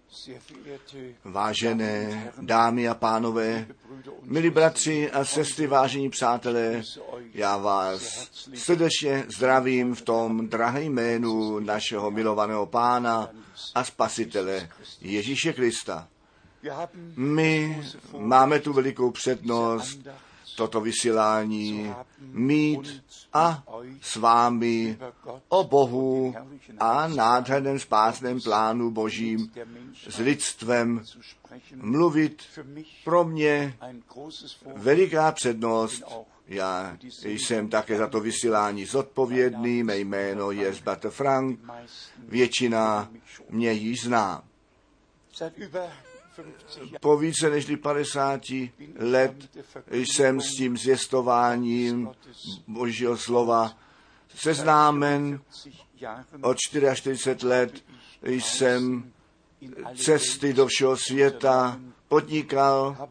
Vážené dámy a pánové, milí bratři a sestry, vážení přátelé, já vás srdečně zdravím v tom drahém jménu našeho milovaného Pána a Spasitele Ježíše Krista. My máme tu velikou přednost toto vysílání mít a s vámi o Bohu a nádherném spásném plánu Božím s lidstvem mluvit. Pro mě veliká přednost. Já jsem také za to vysílání zodpovědný, mé jméno je bratr Frank, většina mě již zná. Po více než 50 let jsem s tím zvěstováním Božího slova seznámen. Od 44 let jsem cesty do všeho světa podnikal,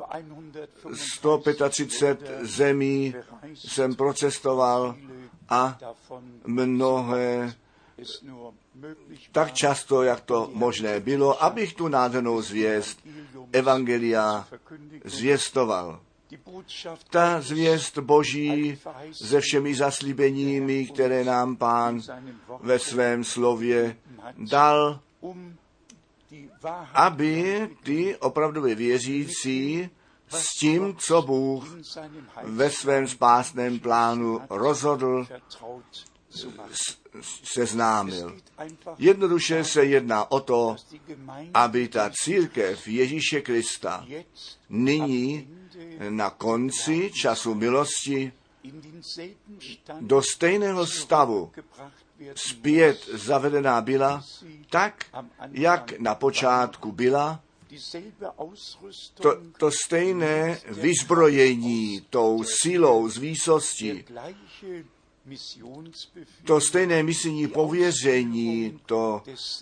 135 zemí jsem procestoval a mnohé tak často, jak to možné bylo, abych tu nádhernou zvěst evangelia zvěstoval. Ta zvěst Boží se všemi zaslíbeními, které nám Pán ve svém slově dal, aby ty opravdově věřící s tím, co Bůh ve svém spásném plánu rozhodl, seznámil. Jednoduše se jedná o to, aby ta církev Ježíše Krista nyní na konci času milosti do stejného stavu zpět zavedená byla, tak, jak na počátku byla, to stejné vyzbrojení tou silou z výsosti, to stejné misijní pověření, to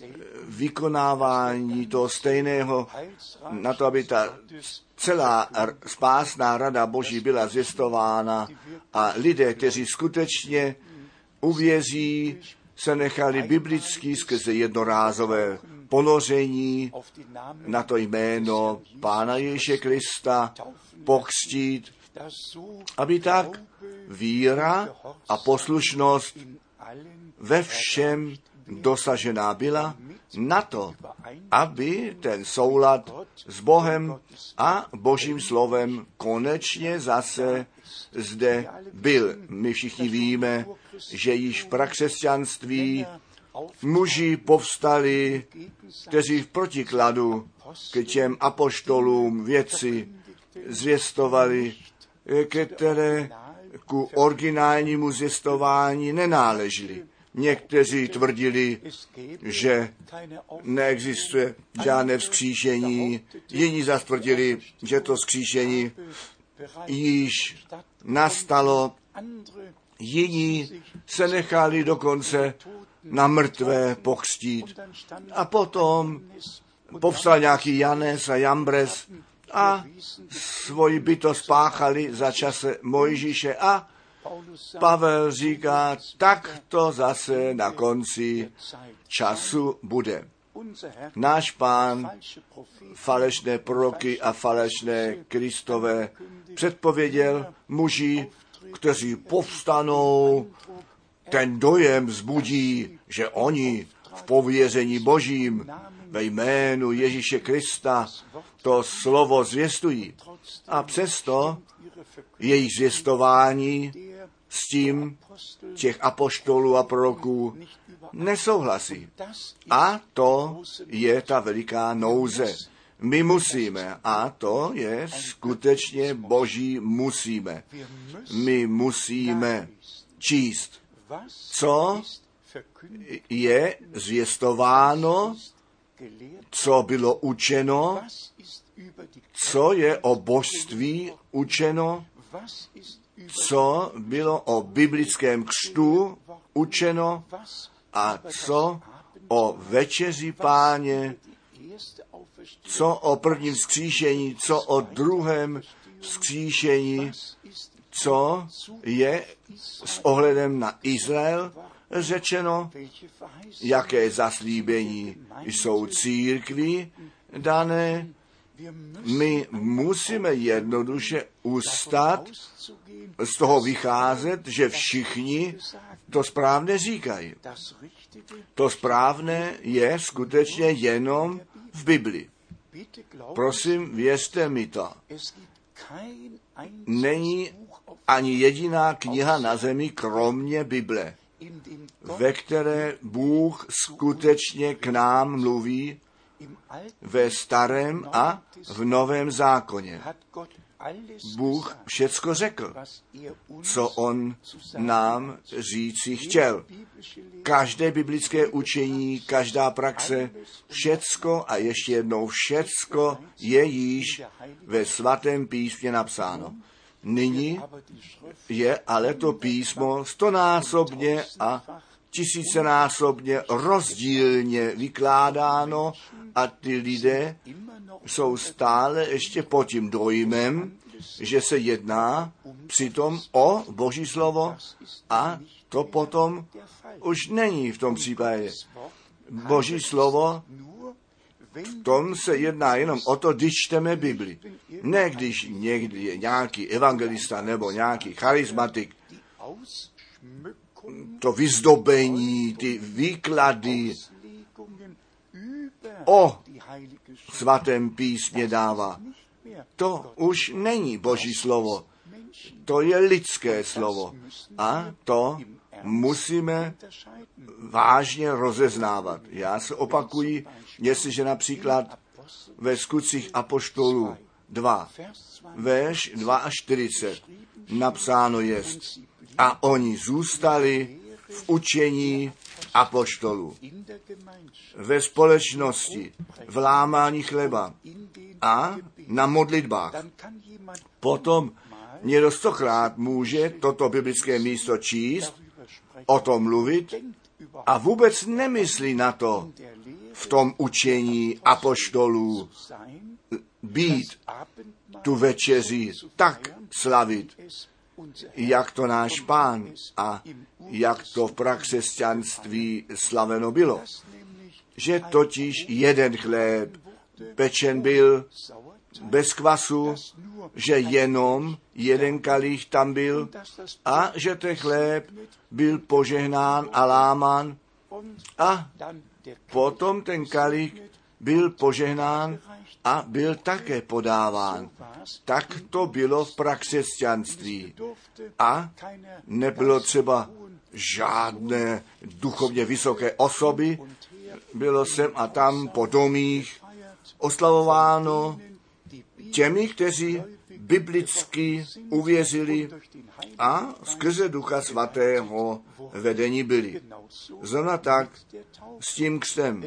vykonávání toho stejného, na to, aby ta celá spásná rada Boží byla zvěstována a lidé, kteří skutečně uvěří, se nechali biblicky skrze jednorázové ponoření na to jméno Pána Ježíše Krista pokřtít, aby tak víra a poslušnost ve všem dosažená byla na to, aby ten soulad s Bohem a Božím slovem konečně zase zde byl. My všichni víme, že již v prakřesťanství muži povstali, kteří v protikladu k těm apoštolům věci zvěstovali, které ku originálnímu zvěstování nenáležely. Někteří tvrdili, že neexistuje žádné vzkříšení, jiní zas tvrdili, že to vzkříšení již nastalo, jiní se nechali dokonce na mrtvé pokřtít. A potom povstal nějaký Janes a Jambres a svoji bytost páchali za čase Mojžíše a Pavel říká, tak to zase na konci času bude. Náš Pán falešné proroky a falešné Kristové předpověděl muži, kteří povstanou, ten dojem vzbudí, že oni v pověření Božím ve jménu Ježíše Krista to slovo zvěstují. A přesto jejich zvěstování s tím těch apoštolů a proroků nesouhlasí. A to je ta veliká nouze. My musíme, a to je skutečně Boží musíme. My musíme číst, co je zvěstováno, co bylo učeno, co je o božství učeno, co bylo o biblickém křtu učeno a co o večeři Páně, co o prvním vzkříšení, co o druhém vzkříšení, co je s ohledem na Izrael řečeno, jaké zaslíbení jsou církvi dané. My musíme jednoduše ustat, z toho vycházet, že všichni to správné říkají. To správné je skutečně jenom v Bibli. Prosím, věřte mi to. Není ani jediná kniha na zemi, kromě Bible, ve které Bůh skutečně k nám mluví ve starém a v novém zákoně. Bůh všecko řekl, co on nám říci chtěl. Každé biblické učení, každá praxe, všecko a ještě jednou všecko je již ve svatém písmě napsáno. Nyní je ale to písmo 100násobně a 1000násobně rozdílně vykládáno a ty lidé jsou stále ještě pod tím dojmem, že se jedná přitom o Boží slovo a to potom už není v tom případě. Boží slovo, v tom se jedná jenom o to, když čteme Bibli. Ne když někdy je nějaký evangelista nebo nějaký charismatik, to vyzdobení, ty výklady o svatém písmě dává. To už není Boží slovo. To je lidské slovo. A to musíme vážně rozeznávat. Já se opakuji, jestliže například ve Skutcích apoštolů 2, verš 42 napsáno jest, a oni zůstali v učení apoštolů, ve společnosti, v lámání chleba a na modlitbách. Potom někdo 100krát může toto biblické místo číst, o tom mluvit a vůbec nemyslí na to v tom učení apoštolů být tu večeři tak slavit, jak to náš Pán a jak to v prakřesťanství slaveno bylo. Že totiž jeden chléb pečen byl bez kvasu, že jenom jeden kalich tam byl a že ten chléb byl požehnán a lámán a potom ten kalich byl požehnán a byl také podáván. Tak to bylo v prakřesťanství. A nebylo třeba žádné duchovně vysoké osoby, bylo sem a tam po domích oslavováno těmi, kteří biblicky uvěřili a skrze Ducha Svatého vedení byli. Zrovna tak s tím křtem.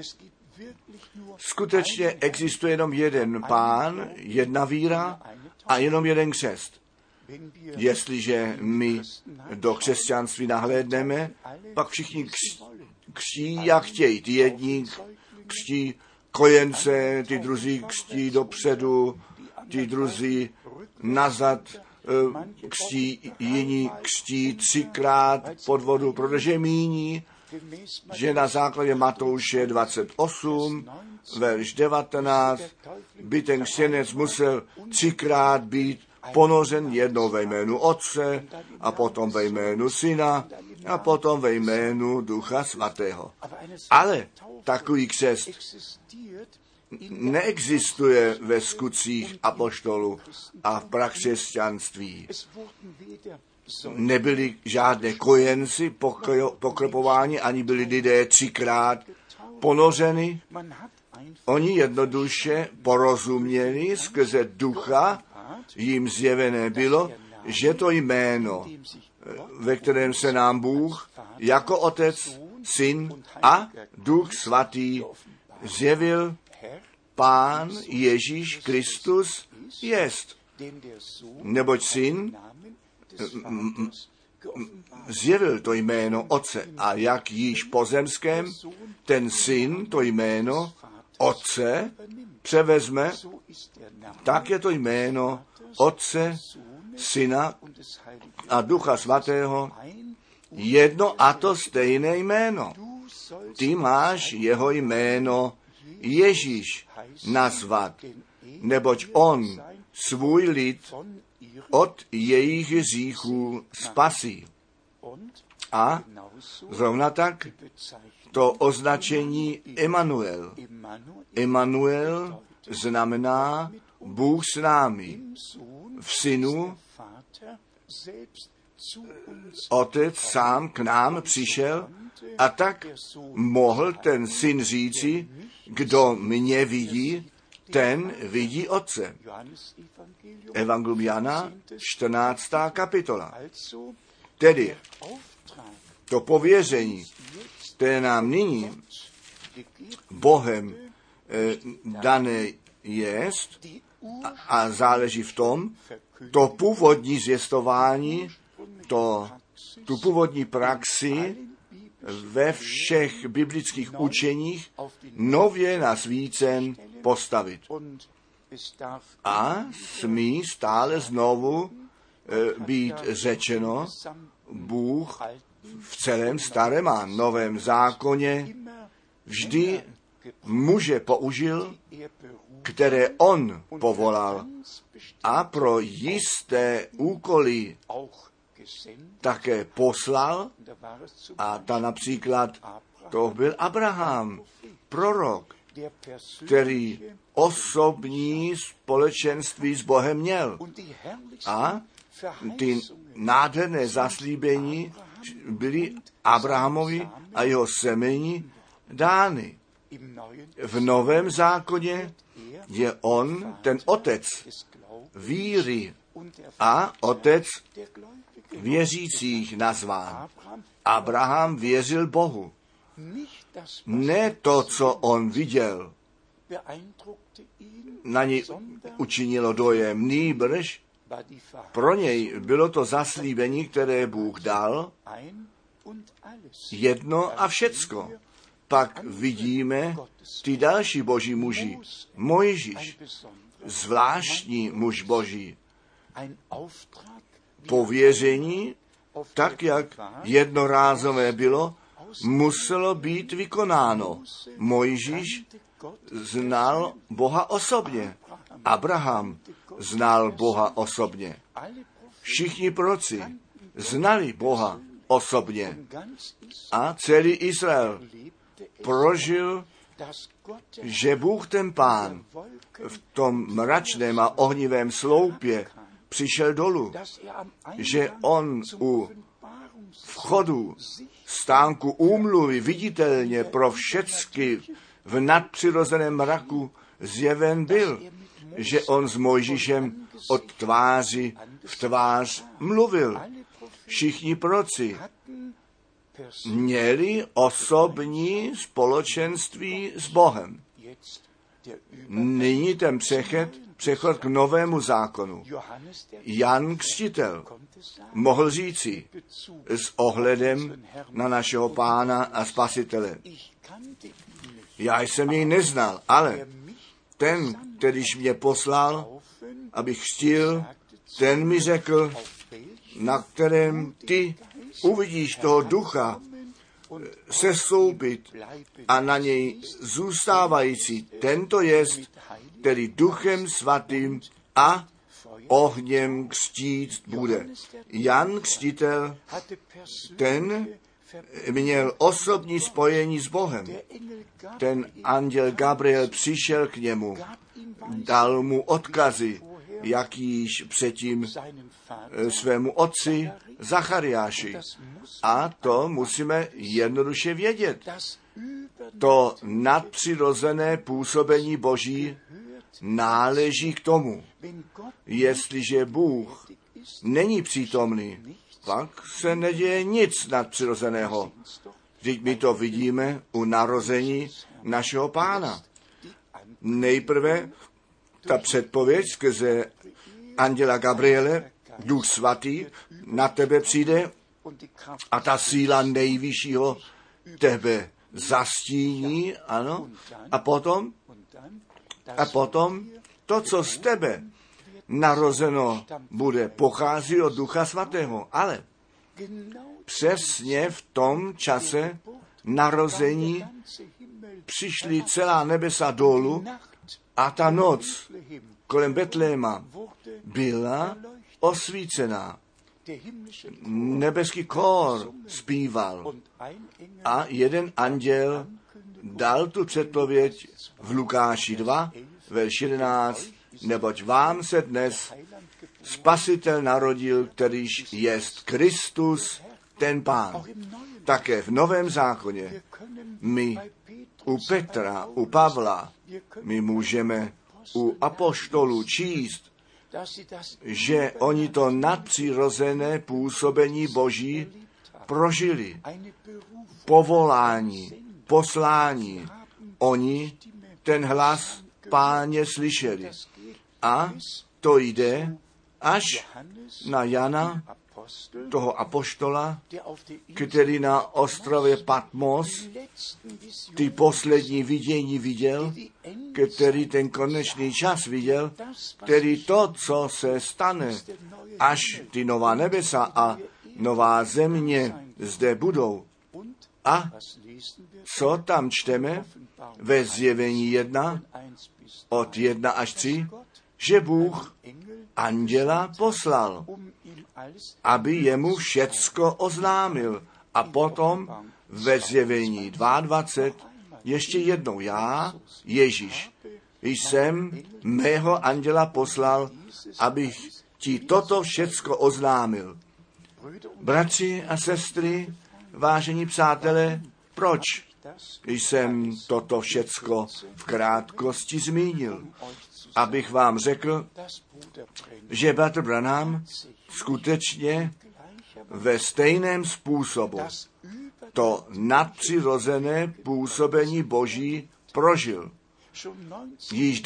Skutečně existuje jenom jeden Pán, jedna víra a jenom jeden křest. Jestliže my do křesťanství nahlédneme, pak všichni křtí, jak chtějí. Ty jedni křtí kojence, ty druzí křtí dopředu, ty druzí nazad křtí, jiní křtí 3krát pod vodu, protože míní, že na základě Matouše 28, verš 19, by ten křtěnec musel 3krát být ponořen jednou ve jménu Otce a potom ve jménu Syna a potom ve jménu Ducha Svatého. Ale takový křest neexistuje ve skutcích apoštolů a v prakřesťanství. Nebyli žádné kojenci pokropováni, ani byli lidé 3krát ponořeni. Oni jednoduše porozuměli skrze ducha, jim zjevené bylo, že to jméno, ve kterém se nám Bůh jako Otec, Syn a Duch Svatý zjevil, Pán Ježíš Kristus jest. Neboť Syn zjevil to jméno Otce a jak již pozemském, ten Syn to jméno Otce převezme, tak je to jméno Otce, Syna a Ducha Svatého jedno a to stejné jméno. Ty máš jeho jméno Ježíš nazvat, neboť on svůj lid od jejich hříchů spasí. A zrovna tak to označení Emanuel. Emanuel znamená Bůh s námi. V synu Otec sám k nám přišel a tak mohl ten syn říci, kdo mě vidí, ten vidí Otce. Evangelium Jana, 14. kapitola. Tedy to pověření, které nám nyní Bohem dané jest a záleží v tom, to původní zvěstování, tu původní praxi ve všech biblických učeních nově nasvícen postavit. A smí stále znovu být řečeno, Bůh v celém starém a novém zákoně vždy muže použil, které on povolal a pro jisté úkoly také poslal, a ta například to byl Abraham, prorok, který osobní společenství s Bohem měl. A ty nádherné zaslíbení byly Abrahamovi a jeho semeni dány. V Novém zákoně je on ten otec víry a otec věřících nazván. Abraham věřil Bohu. Ne to, co on viděl, na něj učinilo dojem, nýbrž pro něj bylo to zaslíbení, které Bůh dal, jedno a všecko. Pak vidíme ty další boží muži. Mojžíš, zvláštní muž boží. Pověření, tak jak jednorázové bylo, muselo být vykonáno. Mojžíš znal Boha osobně. Abraham znal Boha osobně. Všichni proroci znali Boha osobně. A celý Izrael prožil, že Bůh ten Pán v tom mračném a ohnivém sloupě přišel dolů, že on u vchodu stánku úmluvy viditelně pro všecky v nadpřirozeném mraku zjeven byl, že on s Mojžíšem od tváři v tvář mluvil. Všichni proroci měli osobní společenství s Bohem. Nyní ten přechod k novému zákonu. Jan Křtitel mohl říci s ohledem na našeho Pána a Spasitele. Já jsem jej neznal, ale ten, kterýž mě poslal, abych křtil, ten mi řekl, na kterém ty uvidíš toho ducha sestoupit a na něj zůstávající. Tento jest, který duchem svatým a ohněm křtít bude. Jan Křtitel, ten měl osobní spojení s Bohem. Ten anděl Gabriel přišel k němu, dal mu odkazy, jak již předtím svému otci Zachariáši. A to musíme jednoduše vědět. To nadpřirozené působení Boží náleží k tomu. Jestliže Bůh není přítomný, pak se neděje nic nadpřirozeného. Vždyť my to vidíme u narození našeho Pána. Nejprve ta předpověď skrze anděla Gabriele, Duch svatý na tebe přijde a ta síla nejvyššího tebe zastíní, ano, a potom to, co z tebe narozeno bude, pochází od Ducha svatého, ale přesně v tom čase narození přišly celá nebesa dolů a ta noc kolem Betléma byla osvícená. Nebeský kór zpíval a jeden anděl dal tu předpověď v Lukáši 2, verš 11, neboť vám se dnes Spasitel narodil, kterýž jest Kristus, ten Pán. Také v Novém zákoně my u Petra, u Pavla, my můžeme u apoštolů číst, že oni to nadpřirozené působení Boží prožili. Povolání, poslání. Oni ten hlas Páně slyšeli. A to jde až na Jana, toho apoštola, který na ostrově Patmos ty poslední vidění viděl, který ten konečný čas viděl, který to, co se stane, až ty nová nebesa a nová země zde budou. A co tam čteme ve Zjevení 1, od 1 až 3, že Bůh anděla poslal, aby jemu všecko oznámil. A potom ve Zjevení 22 ještě jednou já, Ježíš, jsem mého anděla poslal, abych ti toto všecko oznámil. Bratři a sestry, vážení přátelé, proč jsem toto všecko v krátkosti zmínil? Abych vám řekl, že bratr Branham skutečně ve stejném způsobu to nadpřirozené působení Boží prožil. Již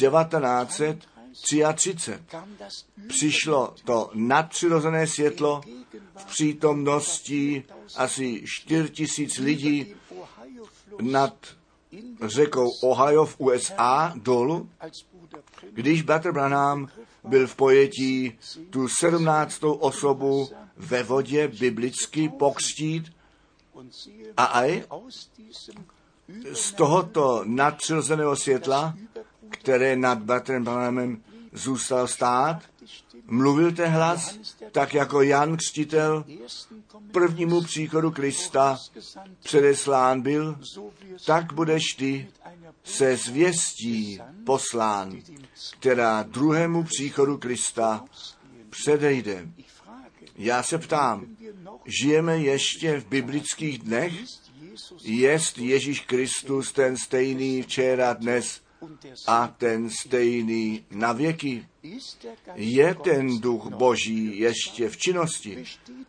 1933 přišlo to nadpřirozené světlo v přítomnosti asi 4 000 lidí nad řekou Ohio v USA dolů, když bratr Branham byl v pojetí tu 17. osobu ve vodě biblicky pokřtít a aj z tohoto nadpřirozeného světla, které nad bratrem Branhamem zůstal stát, mluvil ten hlas, tak jako Jan Křtitel prvnímu příchodu Krista předeslán byl, tak budeš ty se zvěstí poslán, která druhému příchodu Krista předejde. Já se ptám, žijeme ještě v biblických dnech? Jest Ježíš Kristus ten stejný včera, dnes a ten stejný na věky? Je ten duch Boží ještě v činnosti?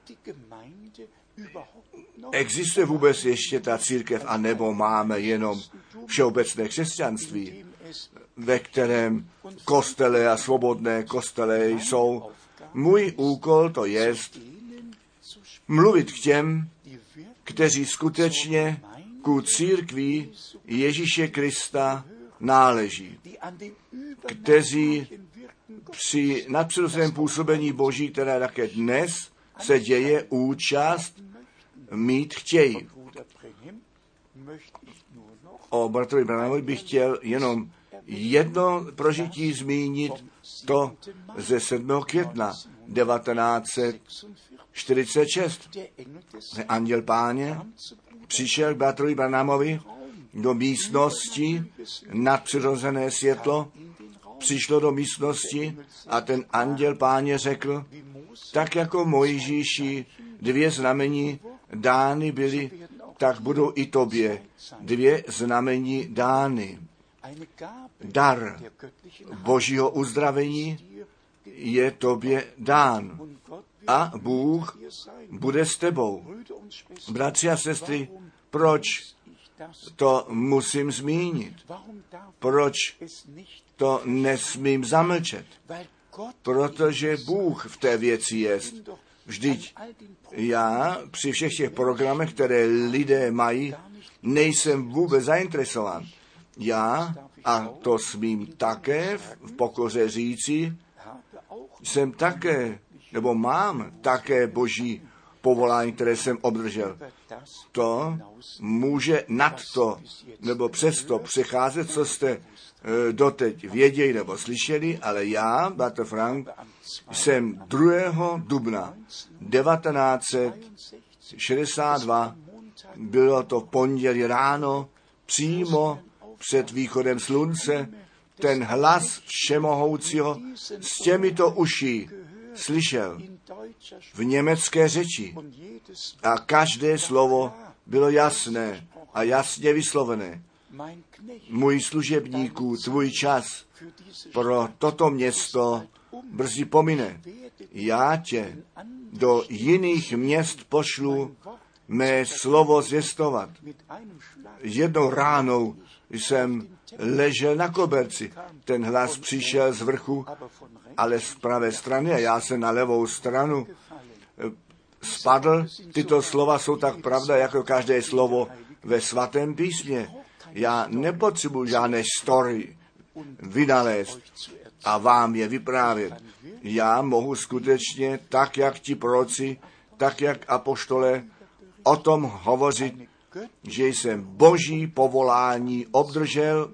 Existuje vůbec ještě ta církev, anebo máme jenom všeobecné křesťanství, ve kterém kostele a svobodné kostele jsou? Můj úkol to jest mluvit k těm, kteří skutečně ku církvi Ježíše Krista náleží, kteří při nadpřirozeném působení Boží, které také dnes se děje, účast mít chtějí. O bratrovi Branhamovi bych chtěl jenom jedno prožití zmínit, to ze 7. května 1946. Anděl Páně přišel k bratrovi Branhamovi do místnosti, nadpřirozené světlo přišlo do místnosti a ten anděl Páně řekl, tak jako Mojžíši 2 znamení dány byly, tak budou i tobě 2 znamení dány. Dar Božího uzdravení je tobě dán a Bůh bude s tebou. Bratři a sestry, proč to musím zmínit? Proč to nesmím zamlčet? Protože Bůh v té věci jest. Vždyť já při všech těch programech, které lidé mají, nejsem vůbec zainteresován. Já, a to smím také v pokoře říci, jsem také, nebo mám také Boží povolání, které jsem obdržel. To může nad to, nebo přesto přecházet, co jste doteď věděli nebo slyšeli, ale já, bratr Frank, jsem 2. dubna 1962, bylo to pondělí ráno, přímo před východem slunce, ten hlas všemohoucího s těmito uší slyšel v německé řeči a každé slovo bylo jasné a jasně vyslovené. Můj služebníku, tvůj čas pro toto město brzy pomine. Já tě do jiných měst pošlu mé slovo zvěstovat. Jednou ránou jsem ležel na koberci. Ten hlas přišel z vrchu, ale z pravé strany a já jsem na levou stranu spadl. Tyto slova jsou tak pravda, jako každé slovo ve svatém písmě. Já nepotřebuji žádné story vynalézt a vám je vyprávět. Já mohu skutečně, tak jak ti proroci, tak jak apoštole, o tom hovořit, že jsem Boží povolání obdržel,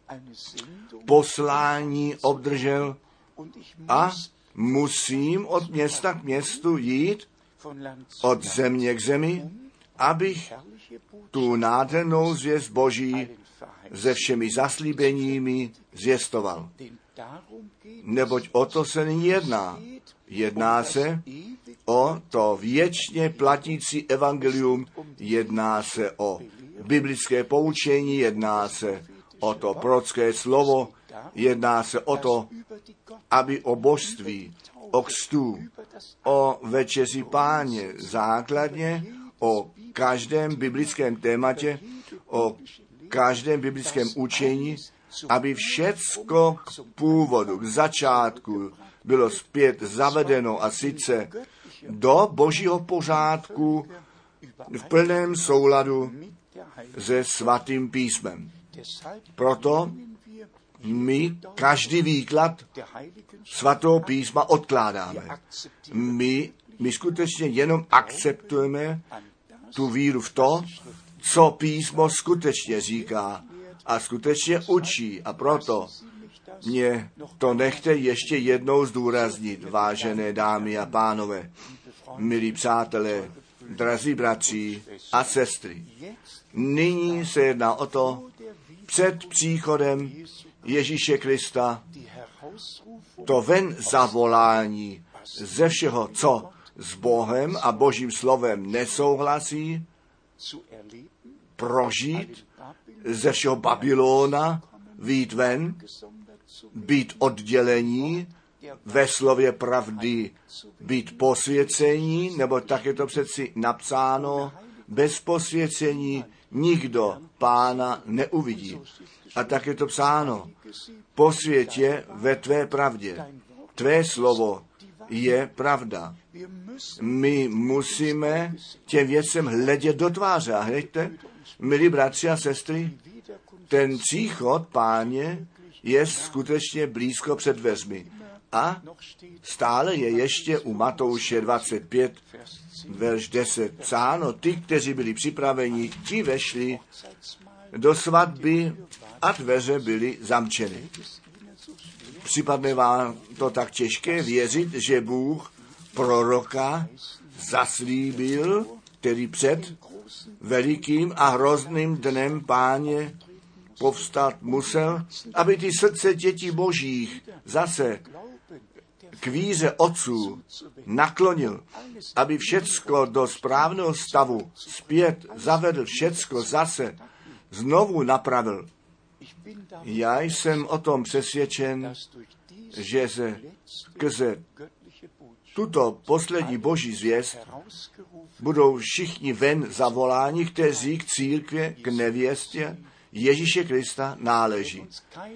poslání obdržel a musím od města k městu jít, od země k zemi, abych tu nádhernou zvěst Boží se všemi zaslíbeními zvěstoval. Neboť o to se nyní jedná. Jedná se o to věčně platící evangelium, jedná se o biblické poučení, jedná se o to prorocké slovo, jedná se o to, aby o božství, o křtu, o večeři Páně, základně o každém biblickém tématě, o každém biblickém učení, aby všecko k původu, k začátku bylo zpět zavedeno a sice do Božího pořádku v plném souladu se svatým písmem. Proto my každý výklad svatého písma odkládáme. My skutečně jenom akceptujeme tu víru v to, co písmo skutečně říká a skutečně učí. A proto mě to nechte ještě jednou zdůraznit, vážené dámy a pánové, milí přátelé, drazí bratři a sestry. Nyní se jedná o to, před příchodem Ježíše Krista, to ven zavolání ze všeho, co s Bohem a Božím slovem nesouhlasí, prožít ze všeho Babylona, vyjít ven, být oddělení, ve slově pravdy být posvěcení, nebo tak je to přeci napsáno, bez posvěcení nikdo Pána neuvidí. A tak je to psáno, posvěť je ve tvé pravdě. Tvé slovo je pravda. My musíme těm věcem hledět do tváře. A hleďte, milí bratři a sestry, ten příchod Páně je skutečně blízko před dveřmi. A stále je ještě u Matouše 25, verš 10 psáno, ty, kteří byli připraveni, ti vešli do svatby a dveře byly zamčeny. Připadne vám to tak těžké věřit, že Bůh proroka zaslíbil, který před velikým a hrozným dnem Páně povstat musel, aby ty srdce dětí božích zase k víře otců naklonil, aby všecko do správného stavu zpět zavedl, všecko zase znovu napravil. Já jsem o tom přesvědčen, že se skrze tuto poslední boží zvěst budou všichni ven zavoláni, kteří k církvi, k nevěstě Ježíše Krista náleží.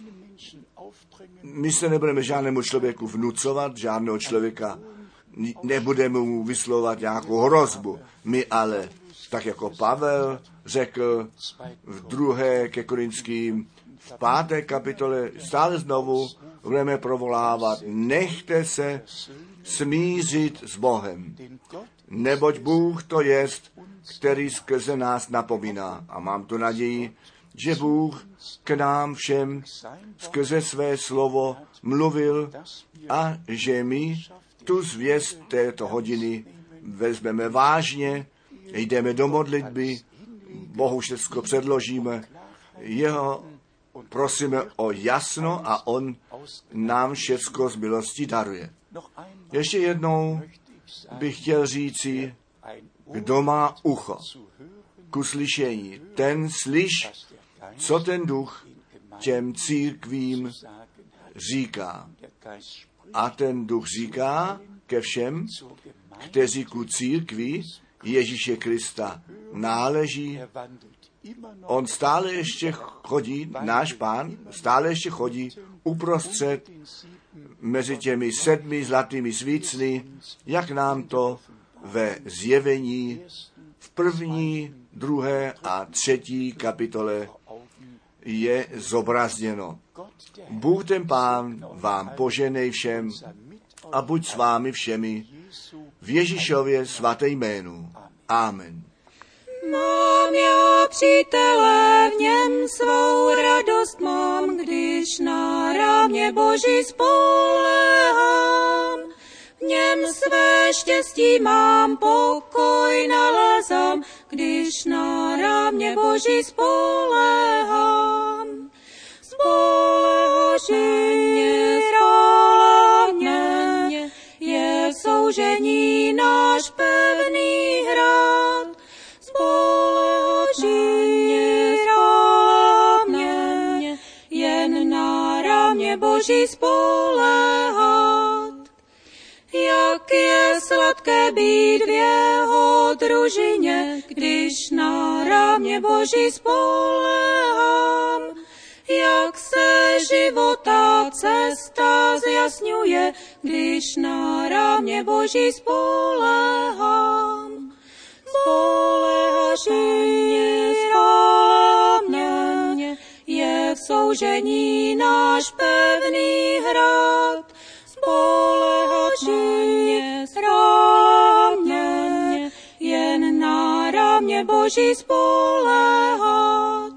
My se nebudeme žádnému člověku vnucovat, žádného člověka nebudeme mu vyslovovat nějakou hrozbu. My ale, tak jako Pavel řekl v 2. ke Korinským, v 5. kapitole, stále znovu budeme provolávat, nechte se smířit s Bohem. neboť Bůh to jest, který skrze nás napomíná. A mám tu naději, že Bůh k nám všem skrze své slovo mluvil a že my tu zvěst této hodiny vezmeme vážně, jdeme do modlitby, Bohu všechno předložíme, jeho prosíme o jasno a on nám všecko z milosti daruje. Ještě jednou bych chtěl říci, kdo má ucho k uslyšení, ten slyš, co ten duch těm církvím říká. A ten duch říká ke všem, kteří ku církvi Ježíše Krista náleží. On stále ještě chodí, náš Pán, stále ještě chodí uprostřed mezi těmi 7 zlatými svícny, jak nám to ve Zjevení v 1., 2. a 3. kapitole je zobrazněno. Bůh ten Pán vám poženej všem a buď s vámi všemi v Ježíšově svaté jménu. Amen. Mám já přítele, v něm svou radost mám, když na rámě Boží spoléhám. V něm své štěstí mám, pokoj nalézám, když na rámě Boží spoléhám. Spoléhaženě správně je soužení náš pevný hrad. Spoléhaženě správně jen na rámě Boží spoléhat. Jak je sladké být v jeho družině, když na rámě Boží spoléhám. Jak se života cesta zjasňuje, když na rámě Boží spoléhám. Spoléhaženě správně je v soužení náš pevný hrad. Spoléhaženě správně jen na rámě Boží spoléhat.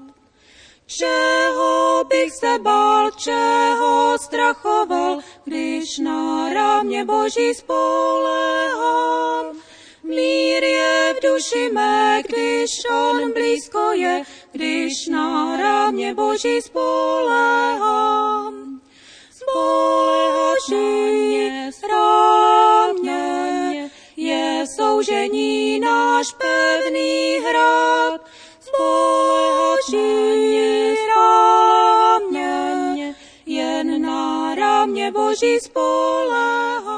Čeho bych se bál, čeho strachoval, když na rámě Boží spoléhám. Mír je v duši mé, když on blízko je, když na rámě Boží spoléhám. Spoléhaženě správně je soužení náš pevný hrad. Spoléhaženě správně jen na rámě Boží spoléhám.